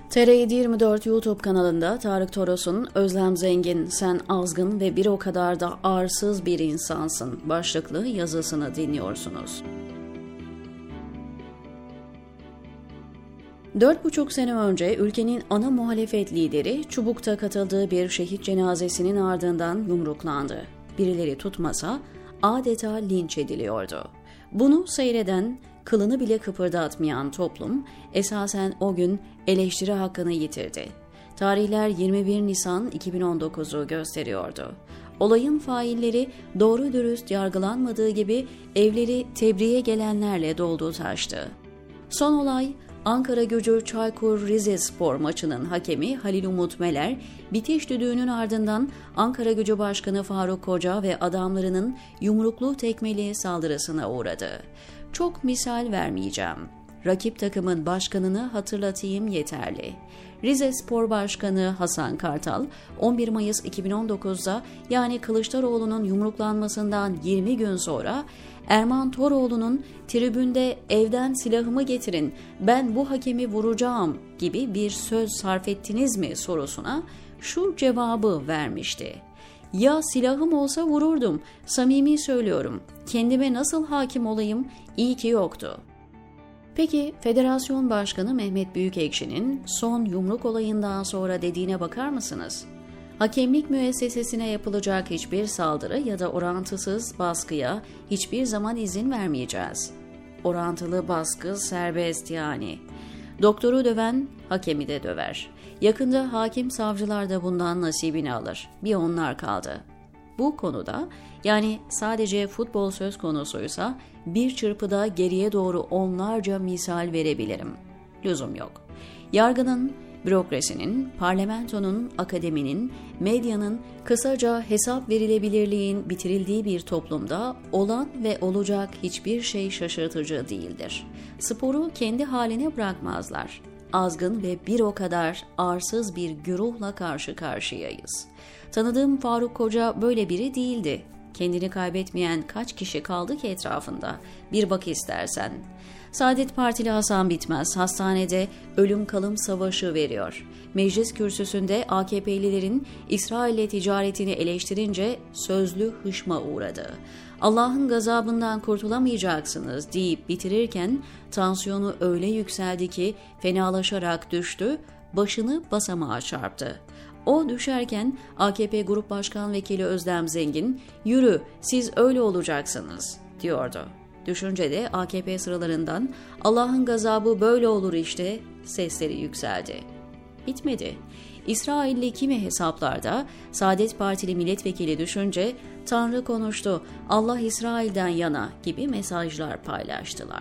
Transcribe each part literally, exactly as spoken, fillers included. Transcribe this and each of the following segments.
T R yedi yirmi dört YouTube kanalında Tarık Toros'un "Özlem Zengin, sen azgın ve bir o kadar da arsız bir insansın" başlıklı yazısını dinliyorsunuz. Dört buçuk sene önce ülkenin ana muhalefet lideri Çubuk'ta katıldığı bir şehit cenazesinin ardından yumruklandı. Birileri tutmasa adeta linç ediliyordu. Bunu seyreden, kılını bile kıpırdatmayan toplum esasen o gün eleştiri hakkını yitirdi. Tarihler yirmi bir Nisan iki bin on dokuzu gösteriyordu. Olayın failleri doğru dürüst yargılanmadığı gibi evleri tebriğe gelenlerle doldu taştı. Son olay Ankaragücü Çaykur Rizespor maçının hakemi Halil Umut Meler, bitiş düdüğünün ardından Ankaragücü Başkanı Faruk Koca ve adamlarının yumruklu tekmeli saldırısına uğradı. Çok misal vermeyeceğim. Rakip takımın başkanını hatırlatayım yeterli. Rizespor Başkanı Hasan Kartal, on bir Mayıs iki bin on dokuzda yani Kılıçdaroğlu'nun yumruklanmasından yirmi gün sonra Erman Toroğlu'nun tribünde "evden silahımı getirin, ben bu hakemi vuracağım" gibi bir söz sarf ettiniz mi sorusuna şu cevabı vermişti: "Ya silahım olsa vururdum, samimi söylüyorum, kendime nasıl hakim olayım, iyi ki yoktu." Peki Federasyon Başkanı Mehmet Büyükekşi'nin son yumruk olayından sonra dediğine bakar mısınız? Hakemlik müessesesine yapılacak hiçbir saldırı ya da orantısız baskıya hiçbir zaman izin vermeyeceğiz. Orantılı baskı serbest yani. Doktoru döven hakemi de döver. Yakında hakim savcılar da bundan nasibini alır. Bir onlar kaldı. Bu konuda, yani sadece futbol söz konusuysa, bir çırpıda geriye doğru onlarca misal verebilirim. Lüzum yok. Yargının, bürokrasinin, parlamentonun, akademinin, medyanın, kısaca hesap verilebilirliğin bitirildiği bir toplumda olan ve olacak hiçbir şey şaşırtıcı değildir. Sporu kendi haline bırakmazlar. Azgın ve bir o kadar arsız bir güruhla karşı karşıyayız. Tanıdığım Faruk Koca böyle biri değildi. Kendini kaybetmeyen kaç kişi kaldı ki etrafında? Bir bak istersen. Saadet Partili Hasan Bitmez hastanede ölüm kalım savaşı veriyor. Meclis kürsüsünde A K P'lilerin İsrail'le ticaretini eleştirince sözlü hışma uğradı. "Allah'ın gazabından kurtulamayacaksınız" deyip bitirirken tansiyonu öyle yükseldi ki fenalaşarak düştü, başını basamağa çarptı. O düşerken A K P Grup Başkan Vekili Özlem Zengin, "Yürü, siz öyle olacaksınız" diyordu. Düşünce de A K P sıralarından "Allah'ın gazabı böyle olur işte" sesleri yükseldi. Bitmedi. İsrailli kimi hesaplarda Saadet Partili milletvekili düşünce "Tanrı konuştu, Allah İsrail'den yana" gibi mesajlar paylaştılar.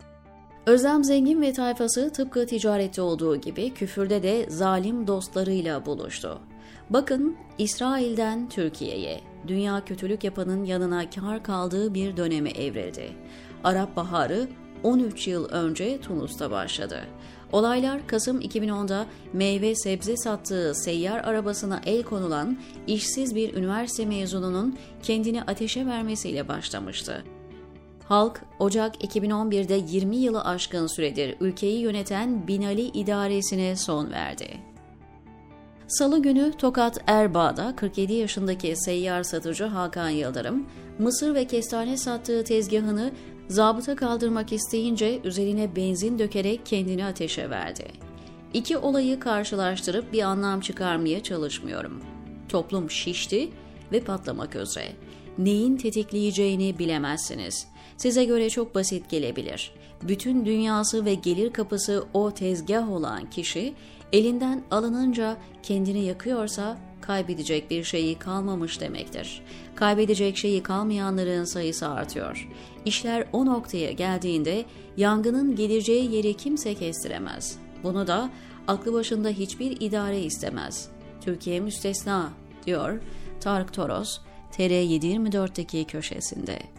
Özlem Zengin ve tayfası tıpkı ticarette olduğu gibi küfürde de zalim dostlarıyla buluştu. Bakın, İsrail'den Türkiye'ye, dünya kötülük yapanın yanına kâr kaldığı bir döneme evrildi. Arap Baharı on üç yıl önce Tunus'ta başladı. Olaylar Kasım iki bin onda meyve sebze sattığı seyyar arabasına el konulan işsiz bir üniversite mezununun kendini ateşe vermesiyle başlamıştı. Halk, Ocak iki bin on birde yirmi yılı aşkın süredir ülkeyi yöneten Binali idaresine son verdi. Salı günü Tokat Erbaa'da kırk yedi yaşındaki seyyar satıcı Hakan Yıldırım, mısır ve kestane sattığı tezgahını zabıta kaldırmak isteyince üzerine benzin dökerek kendini ateşe verdi. İki olayı karşılaştırıp bir anlam çıkarmaya çalışmıyorum. Toplum şişti ve patlamak üzere. Neyin tetikleyeceğini bilemezsiniz. Size göre çok basit gelebilir. Bütün dünyası ve gelir kapısı o tezgah olan kişi, elinden alınınca kendini yakıyorsa kaybedecek bir şeyi kalmamış demektir. Kaybedecek şeyi kalmayanların sayısı artıyor. İşler o noktaya geldiğinde yangının geleceği yeri kimse kestiremez. Bunu da aklı başında hiçbir idare istemez. Türkiye müstesna, diyor Tarık Toros, T R yedi yirmi dörtteki köşesinde.